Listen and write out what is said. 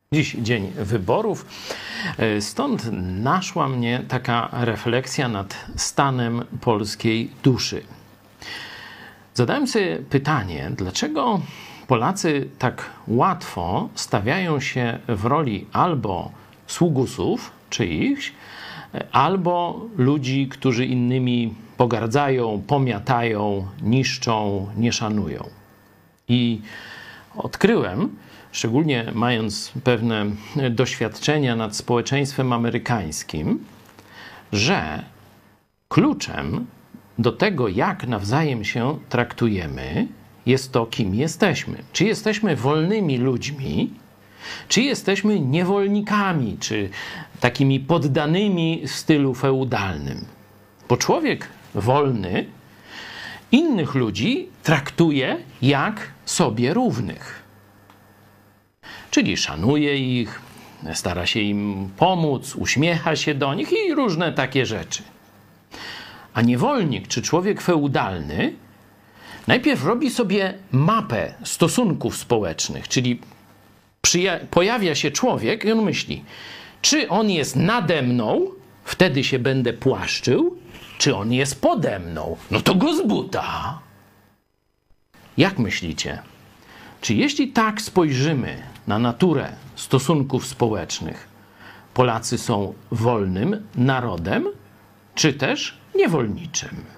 Dziś dzień wyborów, stąd naszła mnie taka refleksja nad stanem polskiej duszy. Zadałem sobie pytanie, dlaczego Polacy tak łatwo stawiają się w roli albo sługusów czyichś, albo ludzi, którzy innymi pogardzają, pomiatają, niszczą, nie szanują. I odkryłem, szczególnie mając pewne doświadczenia nad społeczeństwem amerykańskim, że kluczem do tego, jak nawzajem się traktujemy, jest to, kim jesteśmy. Czy jesteśmy wolnymi ludźmi, czy jesteśmy niewolnikami, czy takimi poddanymi w stylu feudalnym. Bo człowiek wolny innych ludzi traktuje jak sobie równych. Czyli szanuje ich, stara się im pomóc, uśmiecha się do nich i różne takie rzeczy. A niewolnik czy człowiek feudalny najpierw robi sobie mapę stosunków społecznych, czyli pojawia się człowiek i on myśli, czy on jest nade mną, wtedy się będę płaszczył, czy on jest pode mną, no to go z buta. Jak myślicie? Czy jeśli tak spojrzymy na naturę stosunków społecznych, Polacy są wolnym narodem, czy też niewolniczym?